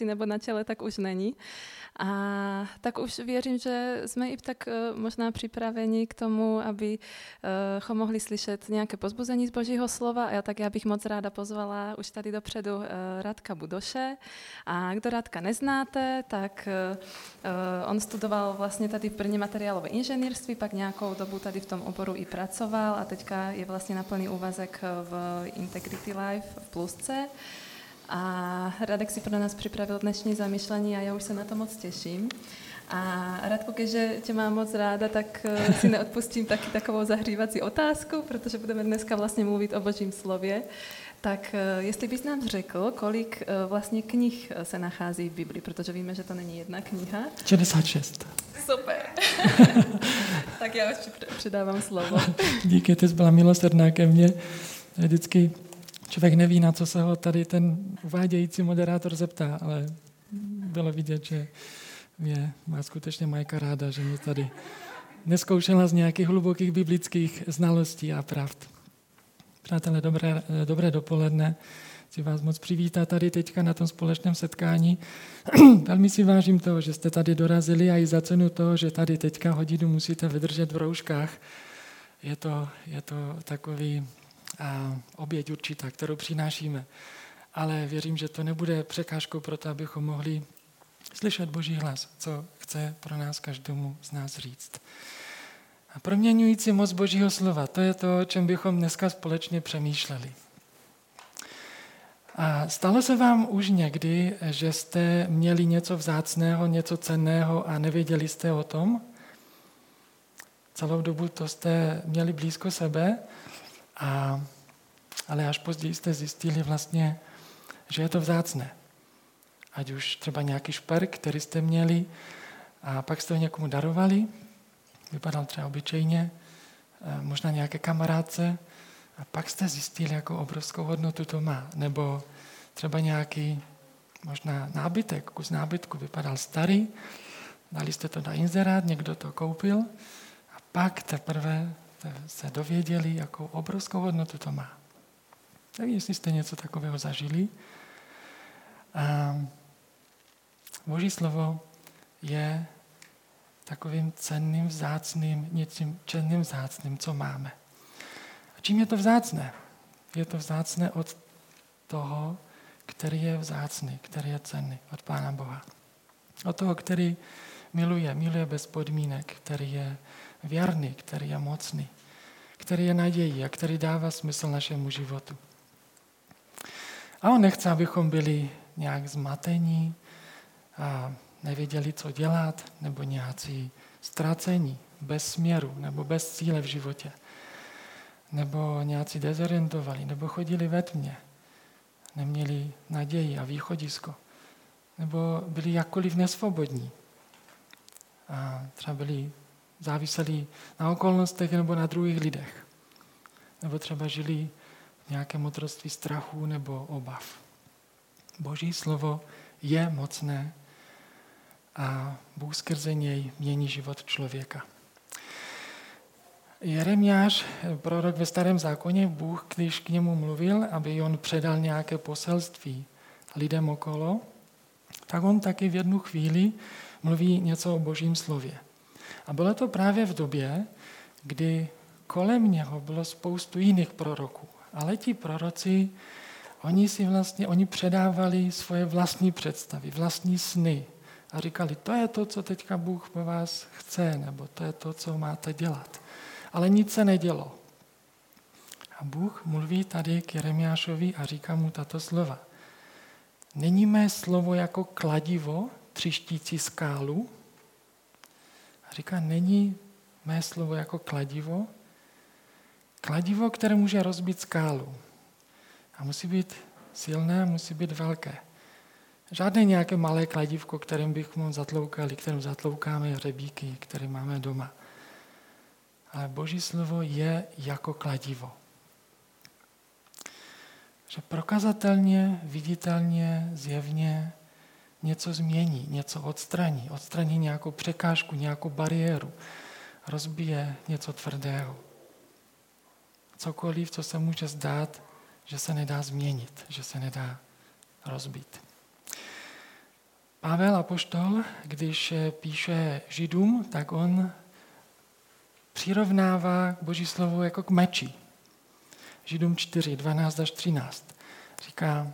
nebo na těle, tak už není. A tak už věřím, že jsme i tak možná připraveni k tomu, abychom mohli slyšet nějaké pozbuzení z Božího slova. A já bych moc ráda pozvala už tady dopředu Radka Budoše. A kdo Radka neznáte, tak on studoval vlastně tady v Brně materiálové inženýrství, pak nějakou dobu tady v tom oboru i pracoval a teďka je vlastně na plný úvazek v Integrity Life v Plusce. A Radek si pro nás připravil dnešní zamýšlení a já už se na to moc těším. A Radku, keďže tě mám moc ráda, tak si neodpustím taky takovou zahřívací otázku, protože budeme dneska vlastně mluvit o Božím slově. Tak jestli bys nám řekl, kolik vlastně knih se nachází v Bibli, protože víme, že to není jedna kniha. 66. Super. Tak já už předávám slovo. Díky, ty jsi byla milosrdná ke mně. Vždycky člověk neví, na co se ho tady ten uvádějící moderátor zeptá, ale bylo vidět, že má skutečně Majka ráda, že mě tady neskoušela z nějakých hlubokých biblických znalostí a pravd. Přátelé, dobré dopoledne. Chci vás moc přivítat tady teďka na tom společném setkání. Velmi si vážím toho, že jste tady dorazili a i za cenu toho, že tady teďka hodinu musíte vydržet v rouškách. Je to takový oběť určitá, kterou přinášíme. Ale věřím, že to nebude překážkou pro to, abychom mohli slyšet Boží hlas, co chce pro nás každému z nás říct. A proměňující moc Božího slova, to je to, o čem bychom dneska společně přemýšleli. A stalo se vám už někdy, že jste měli něco vzácného, něco cenného a nevěděli jste o tom? Celou dobu to jste měli blízko sebe, ale až později jste zjistili vlastně, že je to vzácné. Ať už třeba nějaký šperk, který jste měli a pak jste ho někomu darovali, vypadal třeba obyčejně, možná nějaké kamarádce a pak jste zjistili, jakou obrovskou hodnotu to má. Nebo třeba nějaký možná nábytek, kus nábytku vypadal starý, dali jste to na inzerát, někdo to koupil a pak teprve se dověděli, jakou obrovskou hodnotu to má. Tak jestli jste něco takového zažili. Boží slovo je takovým cenným, vzácným, něčím cenným, vzácným, co máme. A čím je to vzácné? Je to vzácné od toho, který je vzácný, který je cenný, od Pána Boha. Od toho, který miluje bez podmínek, který je věrný, který je mocný, který je nadějí a který dává smysl našemu životu. A on nechce, abychom byli nějak zmatení a nevěděli, co dělat, nebo nějací ztracení, bez směru, nebo bez cíle v životě. Nebo nějací dezorientovali, nebo chodili ve tmě, neměli naději a východisko. Nebo byli jakkoliv nesvobodní. A třeba byli záviselí na okolnostech nebo na druhých lidech. Nebo třeba žili v nějakém otroctví strachu nebo obav. Boží slovo je mocné a Bůh skrze něj mění život člověka. Jeremiáš, prorok ve Starém zákoně, Bůh, když k němu mluvil, aby on předal nějaké poselství lidem okolo, tak on taky v jednu chvíli mluví něco o Božím slově. A bylo to právě v době, kdy kolem něho bylo spoustu jiných proroků. Ale ti proroci, oni předávali svoje vlastní představy, vlastní sny. A říkali, to je to, co teďka Bůh po vás chce, nebo to je to, co máte dělat. Ale nic se nedělo. A Bůh mluví tady k Jeremiášovi a říká mu tato slova. Není mé slovo jako kladivo, třištící skálu? A říká, není mé slovo jako kladivo? Kladivo, které může rozbít skálu. A musí být silné, musí být velké. Žádné nějaké malé kladívko, kterým bychom zatloukali, kterým zatloukáme hřebíky, které máme doma. Ale Boží slovo je jako kladivo. Že prokazatelně, viditelně, zjevně něco změní, něco odstraní. Odstraní nějakou překážku, nějakou bariéru. Rozbije něco tvrdého. Cokoliv, co se může zdát, že se nedá změnit, že se nedá rozbít. Pavel apoštol, když píše Židům, tak on přirovnává Boží slovo jako k meči. Židům 4, 12 až 13. Říká,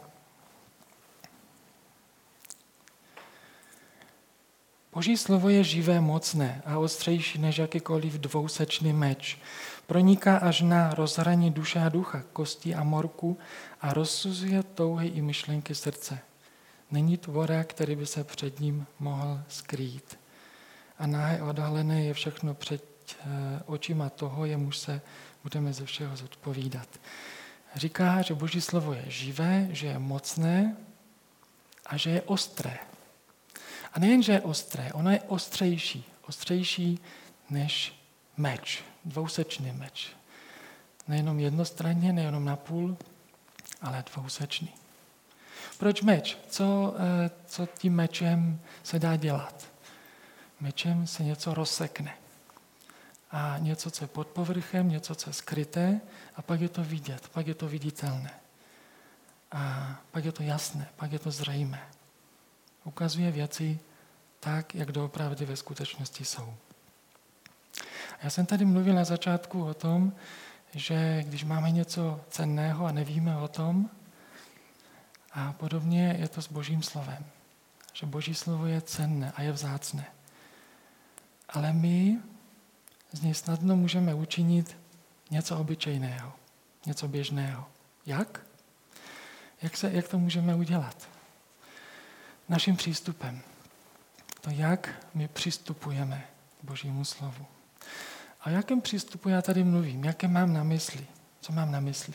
Boží slovo je živé, mocné a ostřejší než jakýkoliv dvousečný meč. Proniká až na rozhraní duše a ducha, kosti a morku a rozsuzuje touhy i myšlenky srdce. Není tvora, který by se před ním mohl skrýt. A nahé odhalené je všechno před očima toho, jemuž se budeme ze všeho zodpovídat. Říká, že Boží slovo je živé, že je mocné a že je ostré. A nejen, že je ostré, ono je ostřejší než meč, dvousečný meč. Nejenom jednostranně, nejenom napůl, ale dvousečný. Proč meč? Co tím mečem se dá dělat? Mečem se něco rozsekne. A něco, co je pod povrchem, něco, co je skryté, a pak je to vidět, pak je to viditelné. A pak je to jasné, pak je to zřejmé. Ukazuje věci tak, jak doopravdy ve skutečnosti jsou. Já jsem tady mluvil na začátku o tom, že když máme něco cenného a nevíme o tom, a podobně je to s Božím slovem. Že Boží slovo je cenné a je vzácné. Ale my z něj snadno můžeme učinit něco obyčejného, něco běžného. Jak? Jak to můžeme udělat? Naším přístupem. To, jak my přistupujeme k Božímu slovu. A o jakém přístupu já tady mluvím? Jaké mám na mysli? Co mám na mysli?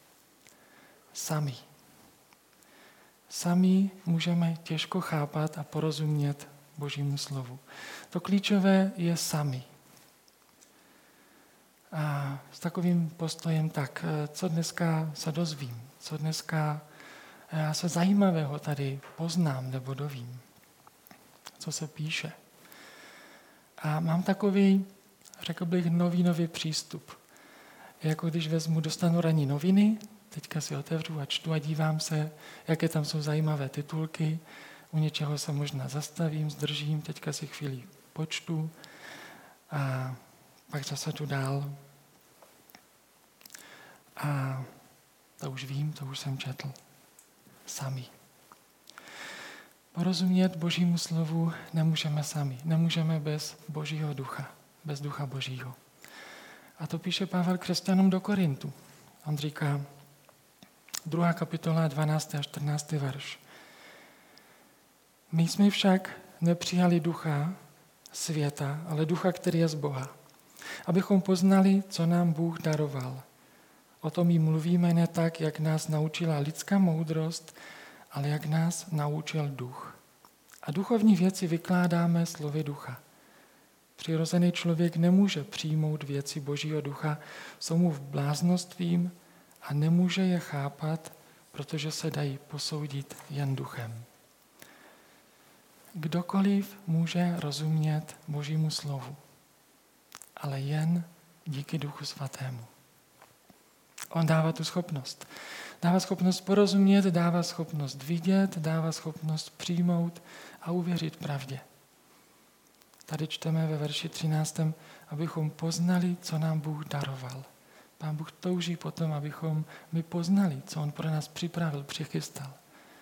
Sami můžeme těžko chápat a porozumět Božímu slovu. To klíčové je sami. A s takovým postojem tak, co dneska se dozvím, co dneska já se zajímavého tady poznám nebo dovím, co se píše. A mám takový, řekl bych, nový přístup. Jako když dostanu ranní noviny, teďka si otevřu a čtu a dívám se, jaké tam jsou zajímavé titulky, u něčeho se možná zastavím, zdržím, teďka si chvíli počtu a pak zase jdu dál. A to už vím, to už jsem četl. Sami. Porozumět Božímu slovu nemůžeme sami. Nemůžeme bez Božího ducha, bez ducha Božího. A to píše Pavel křesťanům do Korintu. On říká, 2. kapitola, 12. a 14. verš. My jsme však nepřijali ducha světa, ale ducha, který je z Boha. Abychom poznali, co nám Bůh daroval. O tom jí mluvíme ne tak, jak nás naučila lidská moudrost, ale jak nás naučil duch. A duchovní věci vykládáme slovy ducha. Přirozený člověk nemůže přijmout věci Božího ducha, jsou mu v bláznostvím a nemůže je chápat, protože se dají posoudit jen duchem. Kdokoliv může rozumět Božímu slovu, ale jen díky Duchu Svatému. On dává tu schopnost. Dává schopnost porozumět, dává schopnost vidět, dává schopnost přijmout a uvěřit pravdě. Tady čteme ve verši 13, abychom poznali, co nám Bůh daroval. Pán Bůh touží potom, abychom my poznali, co on pro nás připravil, přichystal.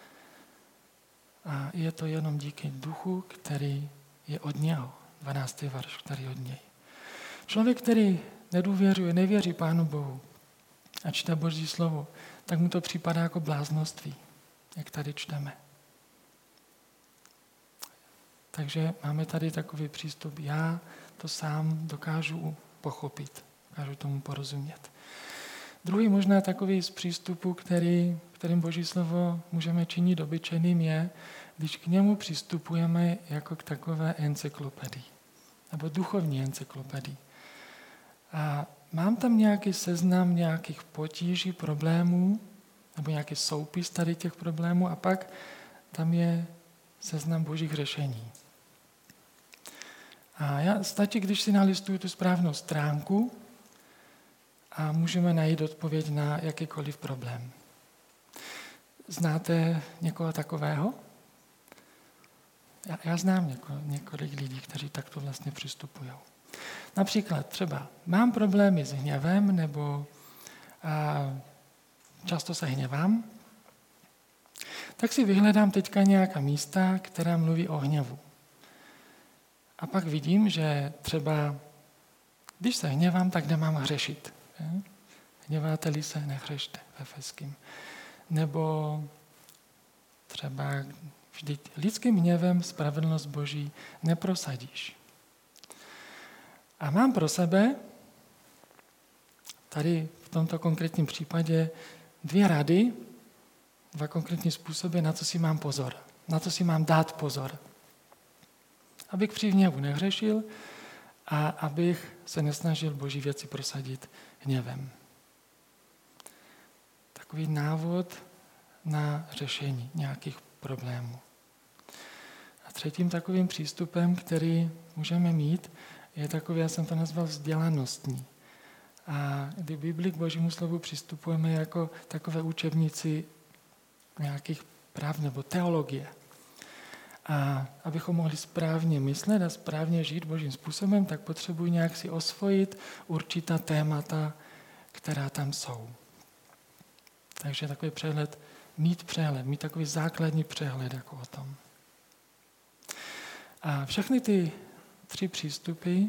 A je to jenom díky duchu, který je od něho. 12. verš, který je od něj. Člověk, který nedůvěřuje, nevěří Pánu Bohu a čte Boží slovo, tak mu to připadá jako bláznoství, jak tady čteme. Takže máme tady takový přístup. Já to sám dokážu pochopit, dokážu tomu porozumět. Druhý možná takový z přístupů, kterým Boží slovo můžeme činit obyčejným, je, když k němu přistupujeme jako k takové encyklopedii, nebo duchovní encyklopedii. A mám tam nějaký seznam nějakých potíží, problémů, nebo nějaký soupis tady těch problémů a pak tam je seznam Božích řešení. A stačí, když si nalistuju tu správnou stránku a můžeme najít odpověď na jakýkoliv problém. Znáte někoho takového? Já znám několik lidí, kteří takto vlastně přistupují. Například třeba mám problémy s hněvem, nebo často se hněvám, tak si vyhledám teďka nějaká místa, která mluví o hněvu. A pak vidím, že třeba, když se hněvám, tak nemám hřešit. Hněváte-li se, nehřešte v Efeským. Nebo třeba vždyť lidským hněvem spravedlnost Boží neprosadíš. A mám pro sebe tady v tomto konkrétním případě 2 rady, 2 konkrétní způsoby, na co si mám pozor. Na co si mám dát pozor. Abych při hněvu nehřešil a abych se nesnažil Boží věci prosadit hněvem. Takový návod na řešení nějakých problémů. A třetím takovým přístupem, který můžeme mít, je takový, já jsem to nazval vzdělanostní. A kdy v Biblii k Božímu slovu přistupujeme jako takové učebnici nějakých práv nebo teologie. A abychom mohli správně myslet a správně žít Božím způsobem, tak potřebuji nějak si osvojit určitá témata, která tam jsou. Takže takový mít takový základní přehled jako o tom. A všechny ty 3 přístupy,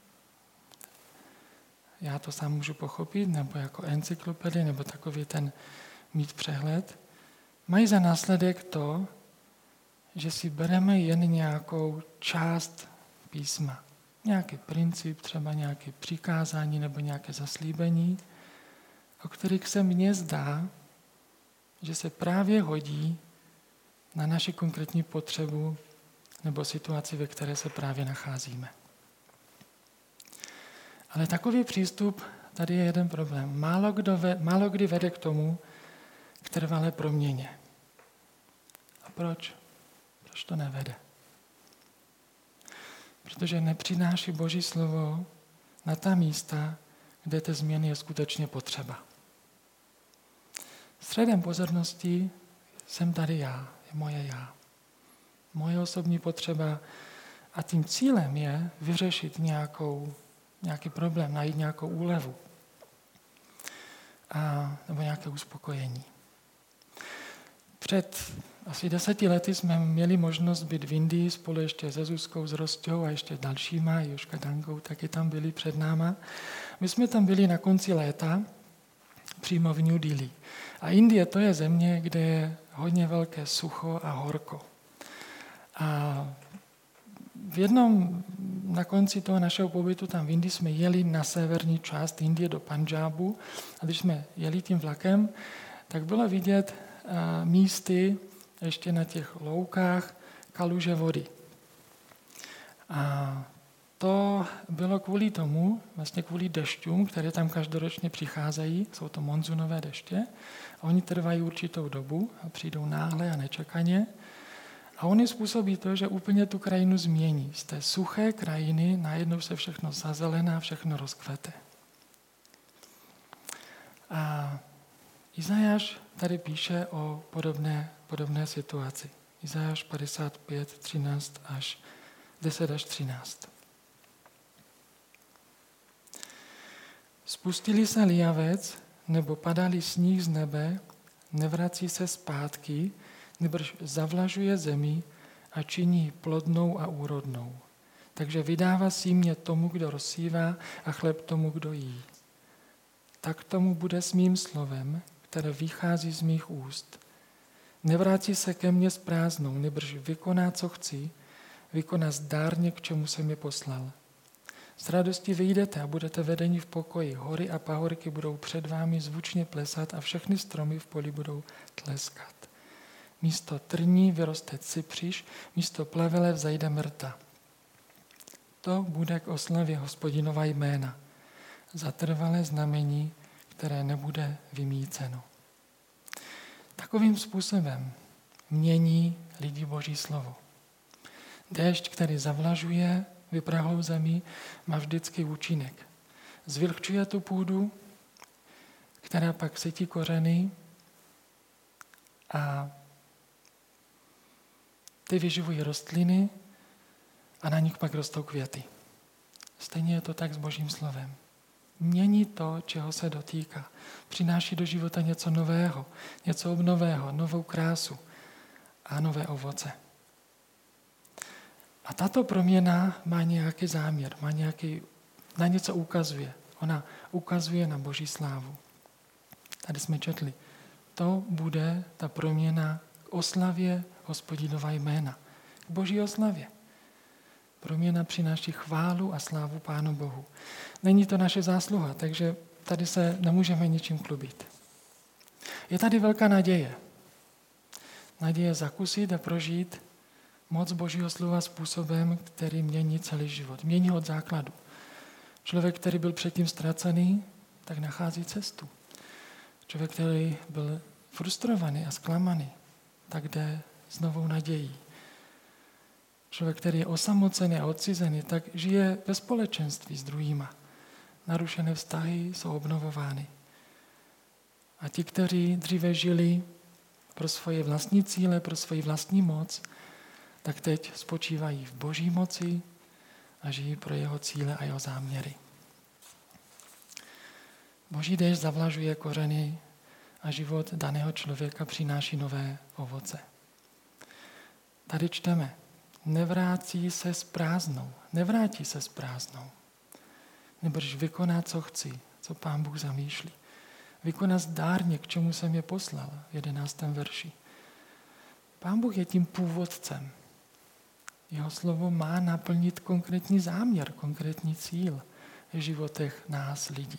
já to sám můžu pochopit, nebo jako encyklopedie, nebo takový ten mít přehled, mají za následek to, že si bereme jen nějakou část písma. Nějaký princip, třeba nějaké přikázání nebo nějaké zaslíbení, o kterých se mně zdá, že se právě hodí na naši konkrétní potřebu nebo situaci, ve které se právě nacházíme. Ale takový přístup, tady je jeden problém. Málo kdy vede k tomu, k trvalé proměně. A proč? Proč to nevede? Protože nepřináší Boží slovo na ta místa, kde té změny je skutečně potřeba. Středem pozornosti jsem tady já, je moje já. Moje osobní potřeba a tím cílem je vyřešit nějaký problém, najít nějakou úlevu nebo nějaké uspokojení. Před asi 10 lety jsme měli možnost být v Indii spolu ještě se Zuzkou, s Rostou a ještě dalšíma, Jožka Dankou taky tam byli před náma. My jsme tam byli na konci léta, přímo v New Delhi. A Indie to je země, kde je hodně velké sucho a horko. A na konci toho našeho pobytu tam v Indii jsme jeli na severní část Indie do Pandžábu a když jsme jeli tím vlakem, tak bylo vidět místy ještě na těch loukách kaluže vody. A to bylo kvůli tomu, vlastně kvůli dešťům, které tam každoročně přicházejí, jsou to monzunové deště, a oni trvají určitou dobu a přijdou náhle a nečekaně. A oni způsobí to, že úplně tu krajinu změní. Z té suché krajiny najednou se všechno zazelená, všechno rozkvete. A Izajáš tady píše o podobné situaci. Izajáš 55, 10 až 13. Spustili se lijavec, nebo padali sníh z nebe, nevrací se zpátky, nebož zavlažuje zemi a činí plodnou a úrodnou. Takže vydává símě tomu, kdo rozsívá, a chléb tomu, kdo jí. Tak tomu bude s mým slovem, které vychází z mých úst. Nevrátí se ke mně s prázdnou, nebož vykoná, co chci, vykoná zdárně, k čemu jsem je poslal. S radostí vyjdete a budete vedeni v pokoji. Hory a pahorky budou před vámi zvučně plesat a všechny stromy v poli budou tleskat. Místo trní vyroste cypříš, místo plevele vzejde mrta. To bude k oslavě Hospodinova jména. Zatrvalé znamení, které nebude vymýceno. Takovým způsobem mění lidi Boží slovo. Déšť, který zavlažuje vyprahlou zemi, má vždycky účinek. Zvlhčuje tu půdu, která pak sytí kořeny a Ty vyživují rostliny a na nich pak rostou květy. Stejně je to tak s Božím slovem. Mění to, čeho se dotýká. Přináší do života něco nového, něco obnového, novou krásu a nové ovoce. A tato proměna má nějaký záměr, na něco ukazuje. Ona ukazuje na Boží slávu. Tady jsme četli. To bude ta proměna k oslavě Hospodinova jména. K Boží oslavě. Proměna přináší chválu a slávu Pánu Bohu. Není to naše zásluha, takže tady se nemůžeme ničím chlubit. Je tady velká naděje. Naděje zakusit a prožít moc Božího slova způsobem, který mění celý život. Mění od základu. Člověk, který byl předtím ztracený, tak nachází cestu. Člověk, který byl frustrovaný a zklamaný, tak jde s novou nadějí. Člověk, který je osamocený a odcizený, tak žije ve společenství s druhýma. Narušené vztahy jsou obnovovány. A ti, kteří dříve žili pro svoje vlastní cíle, pro svoji vlastní moc, tak teď spočívají v Boží moci a žijí pro jeho cíle a jeho záměry. Boží déšť zavlažuje kořeny a život daného člověka přináší nové ovoce. Tady čteme, nevrátí se s prázdnou. Nebož vykoná, co chci, co Pán Bůh zamýšlí. Vykoná zdárně, k čemu jsem je poslal, v 11. verši. Pán Bůh je tím původcem. Jeho slovo má naplnit konkrétní záměr, konkrétní cíl v životech nás, lidí.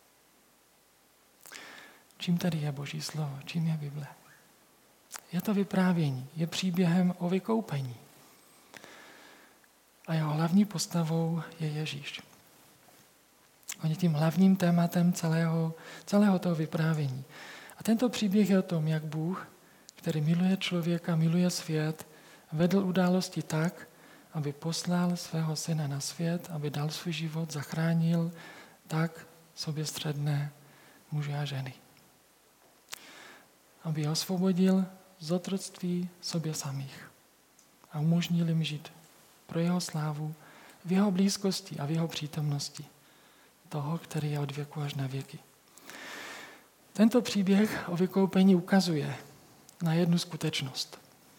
Čím tady je Boží slovo? Čím je Bible? Je to vyprávění, je příběhem o vykoupení. A jeho hlavní postavou je Ježíš. On je tím hlavním tématem celého toho vyprávění. A tento příběh je o tom, jak Bůh, který miluje člověka, miluje svět, vedl události tak, aby poslal svého syna na svět, aby dal svůj život, zachránil tak soběstředné muže a ženy. Aby je osvobodil z otroctví sobě samých a umožnil jim žít pro jeho slávu, v jeho blízkosti a v jeho přítomnosti. Toho, který je od věku až na věky. Tento příběh o vykoupení ukazuje na jednu skutečnost.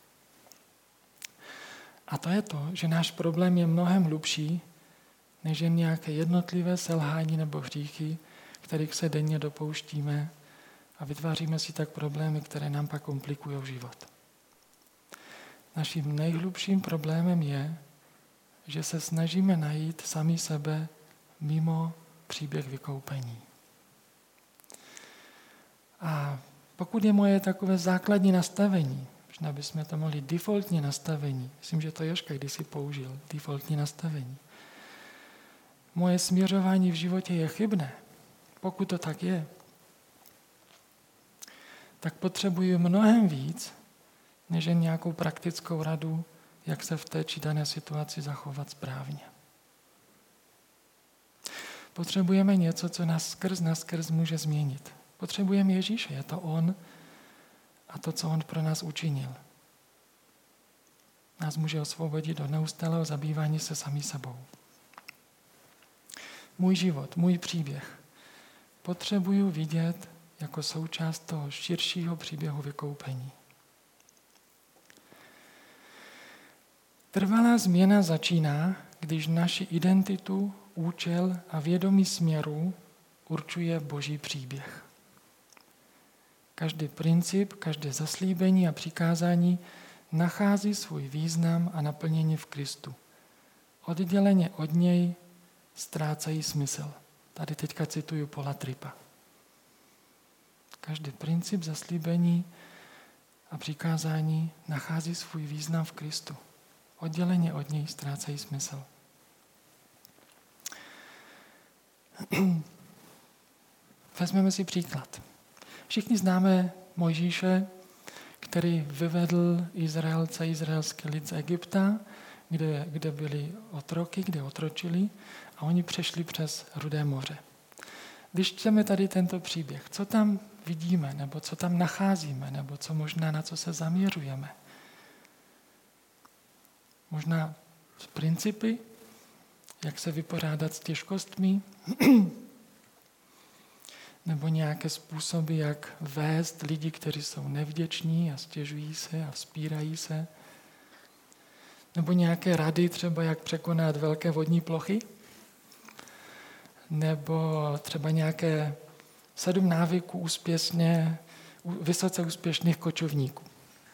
A to je to, že náš problém je mnohem hlubší, než jen nějaké jednotlivé selhání nebo hříchy, kterých se denně dopouštíme a vytváříme si tak problémy, které nám pak komplikují život. Naším nejhlubším problémem je, že se snažíme najít sami sebe mimo příběh vykoupení. A pokud je moje takové základní nastavení, možná bychom to mohli defaultní nastavení, myslím, že to Jožka kdysi použil, defaultní nastavení. Moje směřování v životě je chybné. Pokud to tak je, tak potřebuji mnohem víc, než jen nějakou praktickou radu, jak se v té či dané situaci zachovat správně. Potřebujeme něco, co nás skrz může změnit. Potřebujeme Ježíše, je to on a to, co on pro nás učinil. Nás může osvobodit od neustálého zabývání se sami sebou. Můj život, můj příběh potřebuju vidět jako součást toho širšího příběhu vykoupení. Trvalá změna začíná, když naši identitu, účel a vědomí směru určuje Boží příběh. Každý princip, každé zaslíbení a přikázání nachází svůj význam a naplnění v Kristu. Odděleně od něj ztrácejí smysl. Tady teďka cituju Paula Trippa. Každý princip, zaslíbení a přikázání nachází svůj význam v Kristu. Odděleně od něj ztrácejí smysl. Vezmeme si příklad. Všichni známe Mojžíše, který vyvedl Izraelce, izraelský lid z Egypta, kde byli otroky, kde otročili a oni přešli přes Rudé moře. Když čteme tady tento příběh, co tam vidíme, nebo co tam nacházíme, nebo co možná na co se zaměřujeme? možná principy, jak se vypořádat s těžkostmi, nebo nějaké způsoby, jak vést lidi, kteří jsou nevděční a stěžují se a vzpírají se, nebo nějaké rady, třeba jak překonat velké vodní plochy, nebo třeba nějaké 7 návyků vysoce úspěšných kočovníků.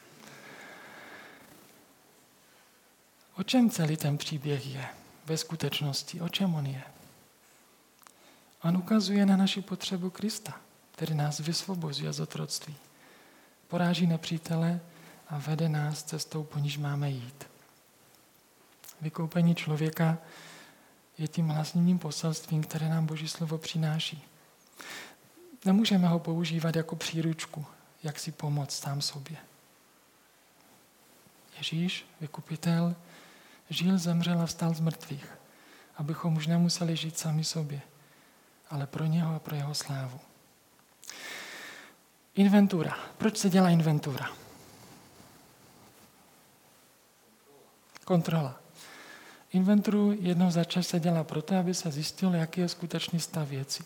O čem celý ten příběh je ve skutečnosti? O čem on je? On ukazuje na naši potřebu Krista, který nás vysvobozuje z otroctví. Poráží nepřítele a vede nás cestou, po níž máme jít. Vykoupení člověka je tím hlasným poselstvím, které nám Boží slovo přináší. Nemůžeme ho používat jako příručku, jak si pomoct sám sobě. Ježíš, vykupitel, žil, zemřel a vstal z mrtvých, abychom už nemuseli žít sami sobě, ale pro něho a pro jeho slávu. Inventura. Proč se dělá inventura? Kontrola. Inventuru jednou za čas se dělá proto, aby se zjistilo, jaký je skutečný stav věcí.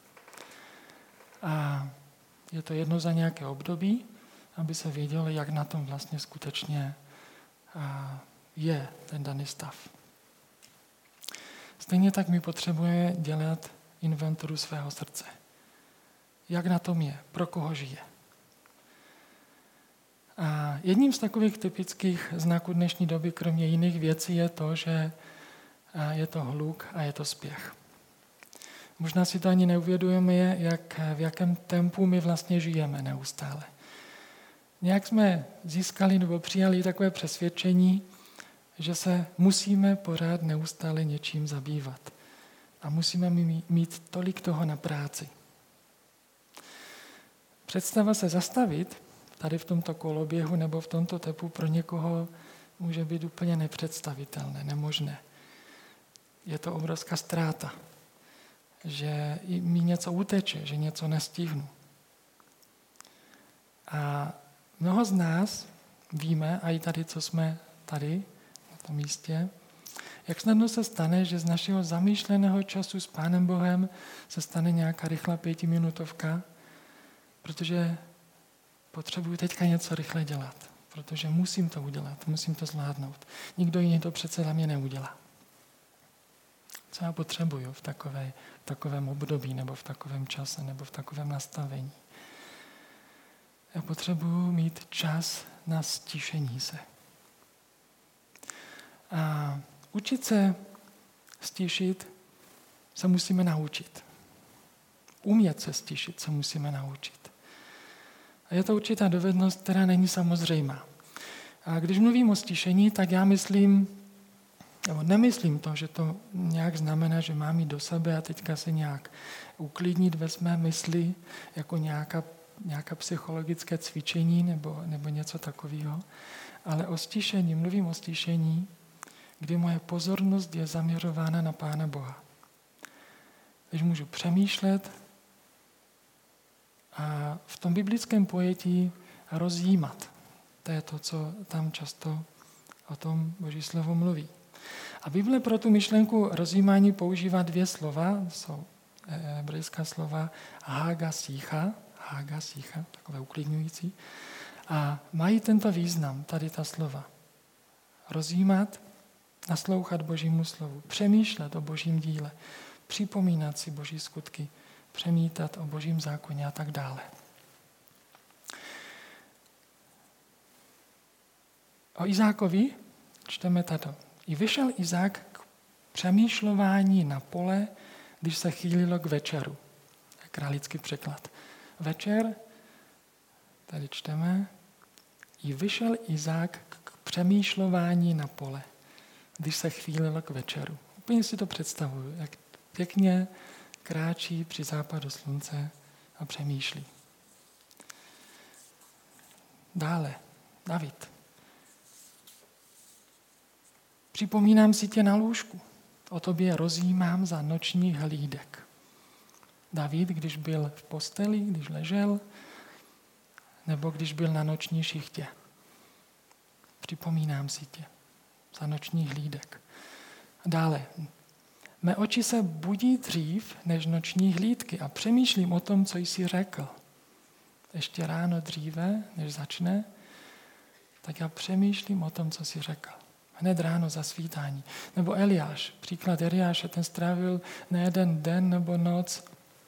A je to jednou za nějaké období, aby se vědělo, jak na tom vlastně skutečně je ten daný stav. Stejně tak my potřebujeme dělat inventuru svého srdce. Jak na tom je, pro koho žije. A jedním z takových typických znaků dnešní doby, kromě jiných věcí, je to, že je to hluk a je to spěch. Možná si to ani neuvědomujeme, v jakém tempu my vlastně žijeme neustále. Nějak jsme získali nebo přijali takové přesvědčení, že se musíme pořád neustále něčím zabývat. A musíme mít tolik toho na práci. Představa se zastavit tady v tomto koloběhu nebo v tomto tepu pro někoho může být úplně nepředstavitelné, nemožné. Je to obrovská ztráta, že mi něco uteče, že něco nestihnu. A mnoho z nás víme, a i tady, co jsme tady na tom místě, jak snadno se stane, že z našeho zamýšleného času s Pánem Bohem se stane nějaká rychlá 5minutovka, protože potřebuji teďka něco rychle dělat, protože musím to udělat, musím to zvládnout. Nikdo jiný to přece za mě neudělá. Co já potřebuju v takovém období, nebo v takovém čase, nebo v takovém nastavení? Já potřebuji mít čas na stišení se. A učit se stišit se musíme naučit. Umět se stišit se musíme naučit. A je to určitá dovednost, která není samozřejmá. A když mluvím o stišení, tak já nemyslím to, že to nějak znamená, že mám jít do sebe a teďka se nějak uklidnit ve své mysli, jako nějaká psychologické cvičení nebo něco takového. Ale mluvím o stišení, kdy moje pozornost je zaměřována na Pána Boha. Když můžu přemýšlet a v tom biblickém pojetí rozjímat. To je to, co tam často o tom Boží slovo mluví. A Bible pro tu myšlenku rozjímání používá 2 slova, jsou hebrejská slova hága sícha, takové uklidňující, a mají tento význam, tady ta slova. Rozjímat, naslouchat Božímu slovu, přemýšlet o Božím díle, připomínat si Boží skutky, přemítat o Božím zákoně a tak dále. O Izákovi čteme tato. I vyšel Izák k přemýšlování na pole, když se chýlilo k večeru. To je králický překlad. Večer, tady čteme, i vyšel Izák k přemýšlování na pole, když se chýlilo k večeru. Úplně si to představuju, jak pěkně kráčí při západu slunce a přemýšlí. Dále, David. Připomínám si tě na lůžku, o tobě rozjímám za nočních hlídek. David, když byl v posteli, když ležel, nebo když byl na noční šichtě. Připomínám si tě. za nočních hlídek. Dále. Mé oči se budí dřív než noční hlídky a přemýšlím o tom, co jsi řekl. Ještě ráno dříve, než začne, tak já přemýšlím o tom, co jsi řekl. Hned ráno za svítání. Nebo Eliáš, příklad Eliáše, ten strávil nejeden den nebo noc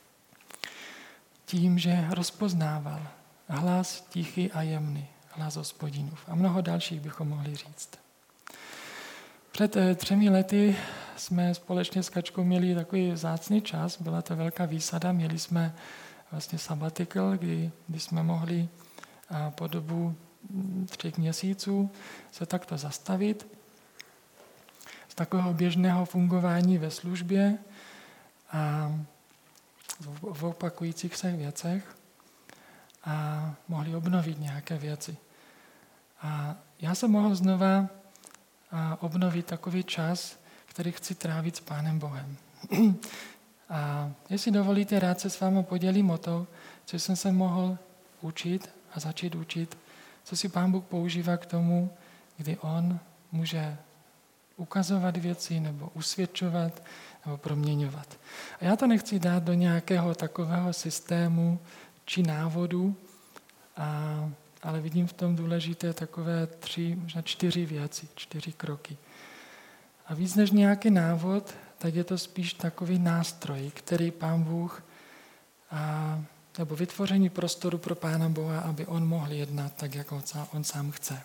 tím, že rozpoznával hlas tichý a jemný, hlas Hospodinův. A mnoho dalších bychom mohli říct. Před 3 lety jsme společně s Kačkou měli takový vzácný čas, byla to velká výsada, měli jsme vlastně sabbatical, kdy jsme mohli po dobu 3 měsíců se takto zastavit z takového běžného fungování ve službě a v opakujících se věcech a mohli obnovit nějaké věci. A já jsem mohl znova obnovit takový čas, který chci trávit s Pánem Bohem. A jestli dovolíte, rád se s vámi podělím o to, co jsem se mohl učit a začít učit, co si Pán Bůh používá k tomu, kdy on může ukazovat věci nebo usvědčovat nebo proměňovat. A já to nechci dát do nějakého takového systému či návodu, ale vidím v tom důležité takové 3, možná 4 věci, 4 kroky. A víc než nějaký návod, tak je to spíš takový nástroj, který Pán Bůh, nebo vytvoření prostoru pro Pána Boha, aby on mohl jednat tak, jak on sám chce.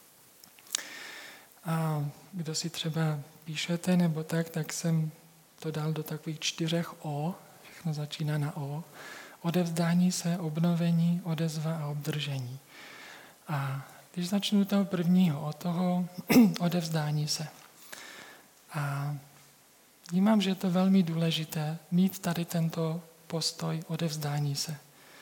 A kdo si třeba píšete nebo tak jsem to dal do takových 4 O, všechno začíná na O. Odevzdání se, obnovení, odezva a obdržení. A když začnu toho prvního, od toho odevzdání se. A vnímám, že je to velmi důležité mít tady tento postoj odevzdání se.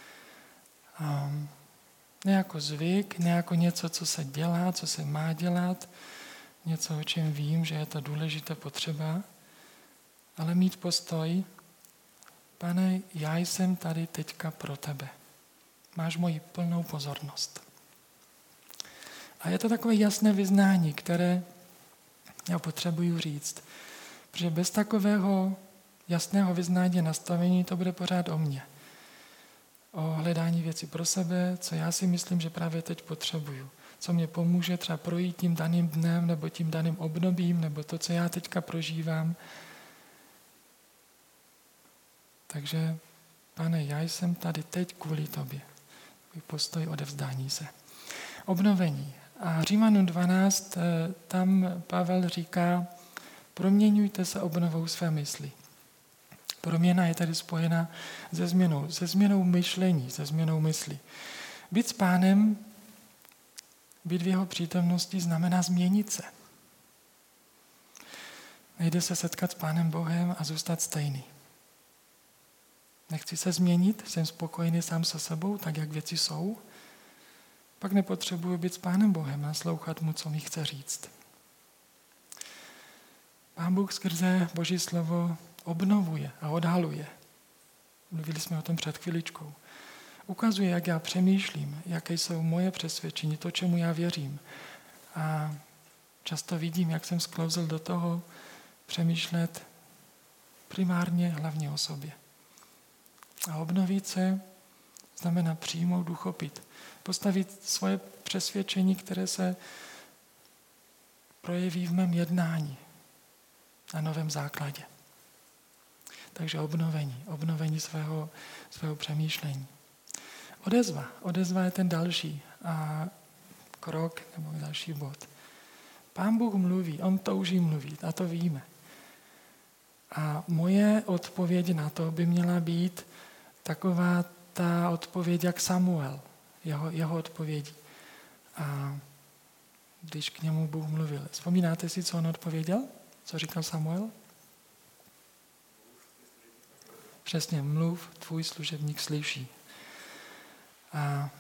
Ne jako zvyk, ne jako něco, co se dělá, co se má dělat, něco, o čem vím, že je to důležité potřeba, ale mít postoj, Pane, já jsem tady teďka pro tebe. Máš moji plnou pozornost. A je to takové jasné vyznání, které já potřebuju říct. Protože bez takového jasného vyznání nastavení to bude pořád o mně. O hledání věcí pro sebe, co já si myslím, že právě teď potřebuju. Co mě pomůže třeba projít tím daným dnem nebo tím daným obdobím, nebo to, co já teďka prožívám. Takže, Pane, já jsem tady teď kvůli tobě. Takový postoj odevzdání se. Obnovení. A Římanům 12, tam Pavel říká, proměňujte se obnovou své mysli. Proměna je tady spojena se změnou myšlení, se změnou mysli. Být s Pánem, být v jeho přítomnosti znamená změnit se. Nejde se setkat s Pánem Bohem a zůstat stejný. Nechci se změnit, jsem spokojený sám se sebou, tak jak věci jsou, pak nepotřebuji být s Pánem Bohem a slouchat mu, co mi chce říct. Pán Bůh skrze Boží slovo obnovuje a odhaluje. Mluvili jsme o tom před chviličkou. Ukazuje, jak já přemýšlím, jaké jsou moje přesvědčení, to, čemu já věřím. A často vidím, jak jsem sklouzl do toho přemýšlet primárně hlavně o sobě. A obnovit se znamená přijmout, uchopit. Postavit svoje přesvědčení, které se projeví v mém jednání na novém základě. Takže obnovení svého přemýšlení. Odezva je ten další krok nebo další bod. Pán Bůh mluví, on touží mluvit a to víme. A moje odpověď na to by měla být taková ta odpověď jak Samuel, jeho odpovědi. A když k němu Bůh mluvil. Vzpomínáte si, co on odpověděl? Co říkal Samuel? Přesně, mluv, tvůj služebník slyší. A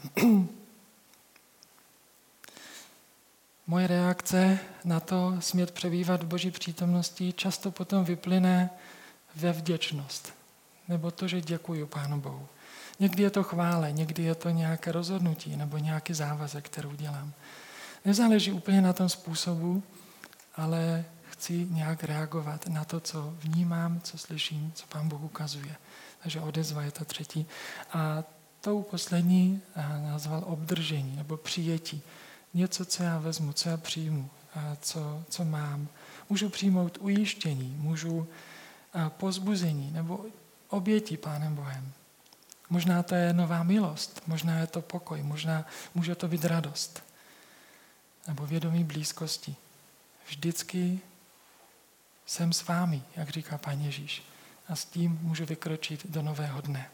moje reakce na to smět přebývat v Boží přítomnosti často potom vyplyne ve vděčnost. Nebo to, že děkuju Pánu Bohu. Někdy je to chvále, někdy je to nějaké rozhodnutí nebo nějaký závazek, kterou dělám. Nezáleží úplně na tom způsobu, ale chci nějak reagovat na to, co vnímám, co slyším, co Pán Bůh ukazuje. Takže odezva je ta třetí. A tou poslední nazval obdržení nebo přijetí. Něco, co já vezmu, co já přijmu, co mám. Můžu přijmout ujištění, můžu pozbuzení nebo oběti Pánem Bohem. Možná to je nová milost, možná je to pokoj, možná může to být radost nebo vědomí blízkosti. Vždycky jsem s vámi, jak říká Pán Ježíš. A s tím můžu vykročit do nového dne.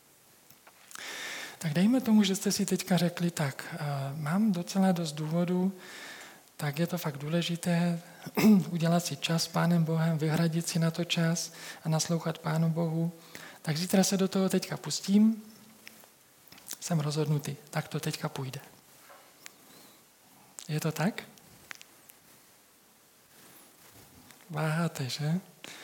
Tak dejme tomu, že jste si teďka řekli, tak mám docela dost důvodů, tak je to fakt důležité udělat si čas s Pánem Bohem, vyhradit si na to čas a naslouchat Pánu Bohu. Tak zítra se do toho teďka pustím, jsem rozhodnutý, tak to teďka půjde. Je to tak? Váháte, že?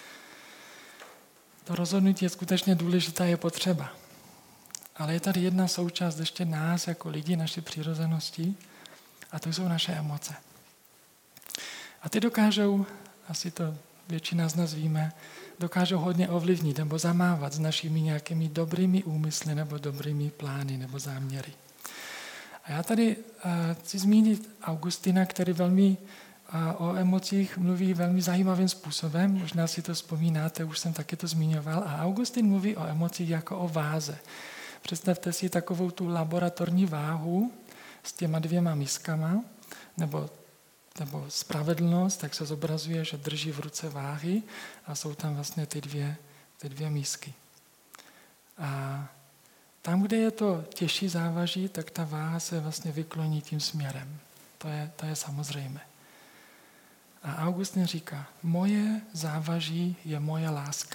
To rozhodnutí je skutečně důležitá, je potřeba. Ale je tady jedna součást ještě nás jako lidí, naší přirozenosti, a to jsou naše emoce. A ty dokážou, asi to většina z nás víme, dokážou hodně ovlivnit nebo zamávat s našimi nějakými dobrými úmysly nebo dobrými plány nebo záměry. A já tady chci zmínit Augustina, který velmi o emocích mluví velmi zajímavým způsobem. Možná si to vzpomínáte, už jsem taky to zmiňoval. A Augustin mluví o emocích jako o váze. Představte si takovou tu laboratorní váhu s těma 2 miskama, nebo spravedlnost, tak se zobrazuje, že drží v ruce váhy a jsou tam vlastně ty dvě misky. A tam, kde je to těžší závaží, tak ta váha se vlastně vykloní tím směrem. To je samozřejmé. A Augustin říká, moje závaží je moje láska.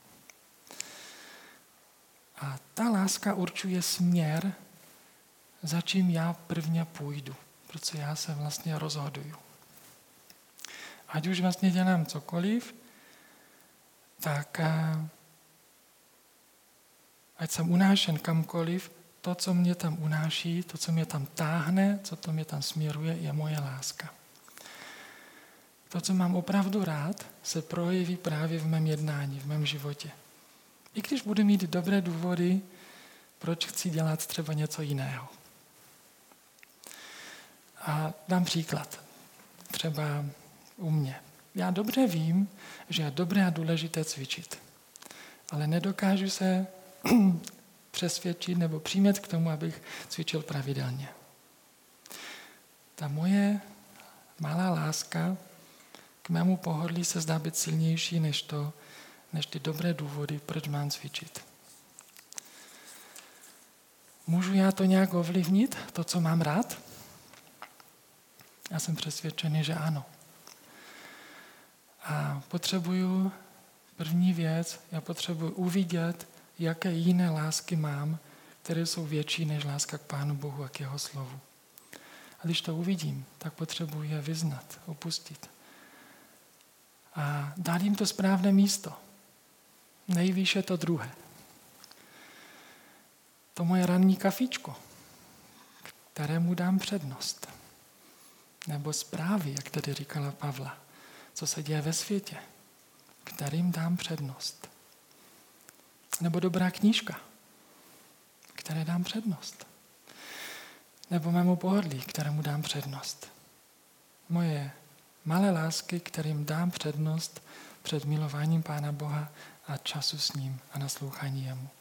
A ta láska určuje směr, za čím já prvně půjdu, protože já se vlastně rozhoduju. Ať už vlastně dělám cokoliv, tak ať jsem unášen kamkoliv, to, co mě tam unáší, to, co mě tam táhne, co to mě tam směruje, je moje láska. To, co mám opravdu rád, se projeví právě v mém jednání, v mém životě. I když budu mít dobré důvody, proč chci dělat třeba něco jiného. A dám příklad. Třeba u mě. Já dobře vím, že je dobré a důležité cvičit. Ale nedokážu se přesvědčit nebo přimět k tomu, abych cvičil pravidelně. Ta moje malá láska k mému pohodlí se zdá být silnější než ty dobré důvody, proč mám cvičit. Můžu já to nějak ovlivnit, to, co mám rád? Já jsem přesvědčený, že ano. A první věc, já potřebuji uvidět, jaké jiné lásky mám, které jsou větší než láska k Pánu Bohu a k jeho slovu. A když to uvidím, tak potřebuji je vyznat, opustit. A dát jim to správné místo. Nejvýše to druhé. To moje ranní kafíčko, kterému dám přednost. Nebo zprávy, jak tady říkala Pavla, co se děje ve světě, kterým dám přednost. Nebo dobrá knížka, které dám přednost. Nebo mému pohodlí, kterému dám přednost. Moje malé lásky, kterým dám přednost před milováním Pána Boha a času s ním a naslouchání jemu.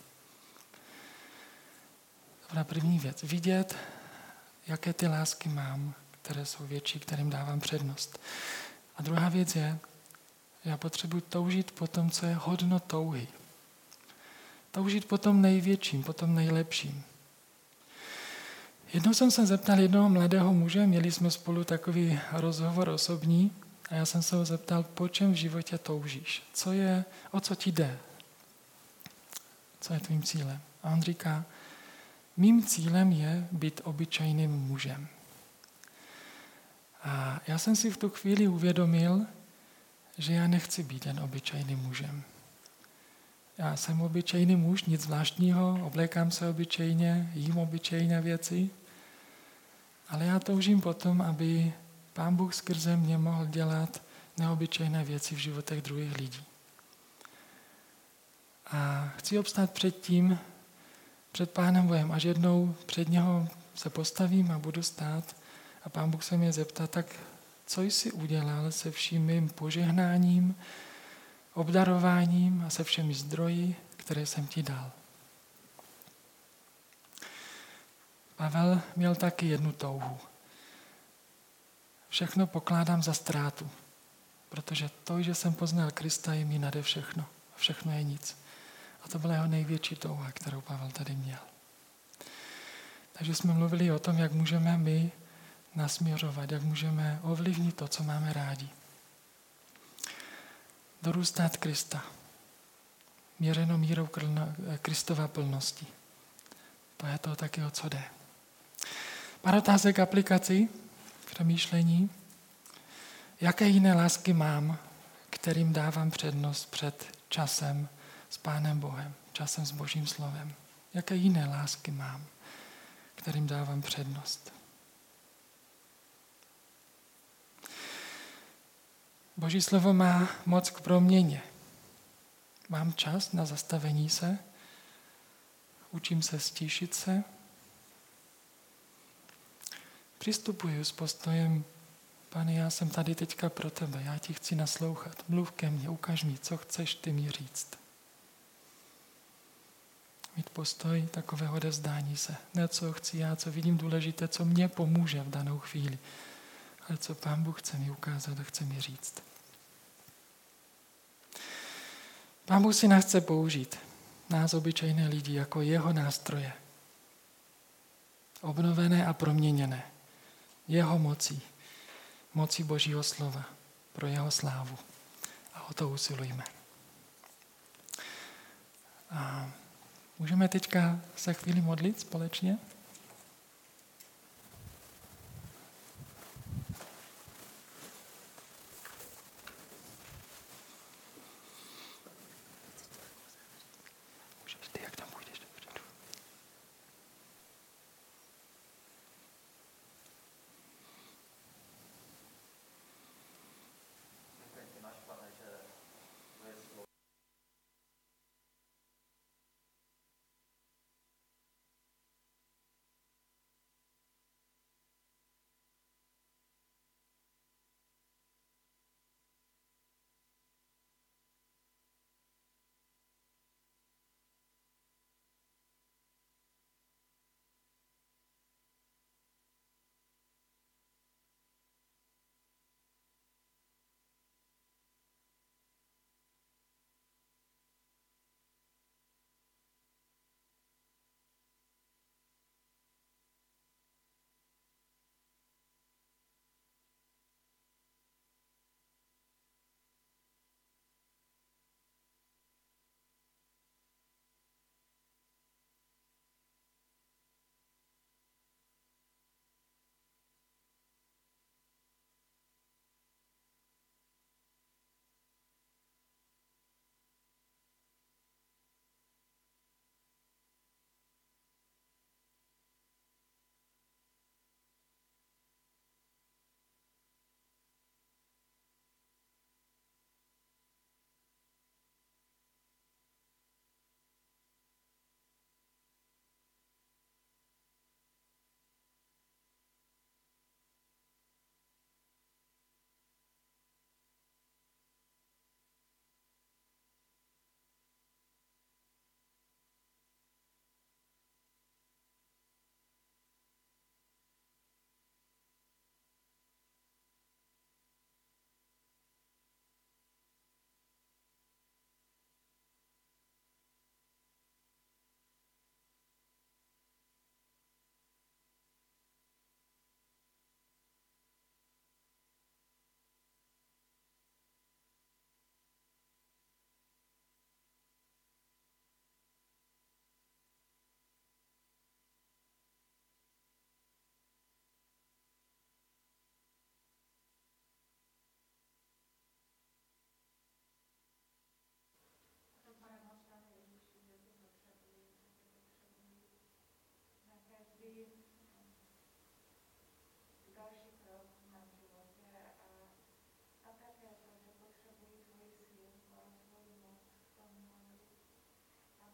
Dobrá, první věc. Vidět, jaké ty lásky mám, které jsou větší, kterým dávám přednost. A druhá věc je, já potřebuji toužit po tom, co je hodno touhy. Toužit po tom největším, po tom nejlepším. Jednou jsem se zeptal jednoho mladého muže, měli jsme spolu takový rozhovor osobní a já jsem se ho zeptal, po čem v životě toužíš? O co ti jde? Co je tvým cílem? A on říká, mým cílem je být obyčejným mužem. A já jsem si v tu chvíli uvědomil, že já nechci být jen obyčejným mužem. Já jsem obyčejný muž, nic zvláštního, oblékám se obyčejně, jím obyčejné věci, ale já toužím potom, aby Pán Bůh skrze mě mohl dělat neobyčejné věci v životech druhých lidí. A chci obstát před Pánem Bohem, až jednou před něho se postavím a budu stát a Pán Bůh se mě zeptá, tak co jsi udělal se vším mým požehnáním, obdarováním a se všemi zdroji, které jsem ti dal. Pavel měl taky jednu touhu. Všechno pokládám za ztrátu, protože to, že jsem poznal Krista, je mi nade všechno. A všechno je nic. A to byla jeho největší touha, kterou Pavel tady měl. Takže jsme mluvili o tom, jak můžeme my nasměřovat, jak můžeme ovlivnit to, co máme rádi. Dorůstat Krista. Měřeno mírou Kristova plnosti. To je to taky, o co jde. Pár otázek aplikací, přemýšlení. Jaké jiné lásky mám, kterým dávám přednost před časem s Pánem Bohem, časem s Božím slovem? Jaké jiné lásky mám, kterým dávám přednost? Boží slovo má moc k proměně. Mám čas na zastavení se, učím se stíšit se, přistupuji s postojem, Pane, já jsem tady teďka pro tebe, já ti chci naslouchat, mluv ke mně, ukaž mi, co chceš ty mi říct. Mít postoj takového odevzdání se. Ne co chci já, co vidím důležité, co mě pomůže v danou chvíli, ale co Pán Bůh chce mi ukázat a chce mi říct. Pán Bůh si nás chce použít, nás obyčejné lidi, jako jeho nástroje. Obnovené a proměněné. Jeho mocí Božího slova pro jeho slávu. A o to usilujeme. A můžeme teďka se chvíli modlit společně?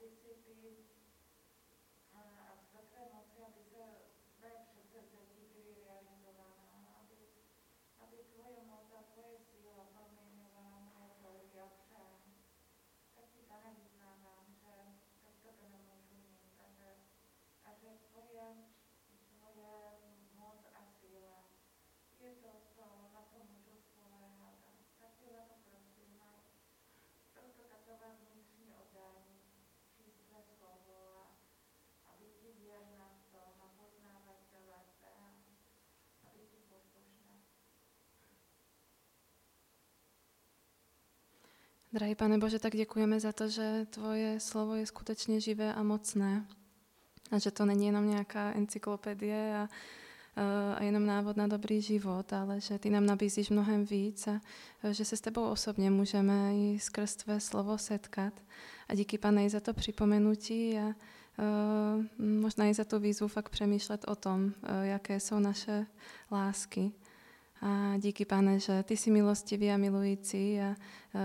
Drahý Pane Bože, tak děkujeme za to, že tvoje slovo je skutečně živé a mocné. A že to není jenom nějaká encyklopedie a jenom návod na dobrý život, ale že ty nám nabízíš mnohem víc a že se s tebou osobně můžeme i skrz tvé slovo setkat. A díky, Pane, i za to připomenutí a možná i za tu výzvu fakt přemýšlet o tom, jaké jsou naše lásky. A díky, Pane, že ty jsi milostivý a milující a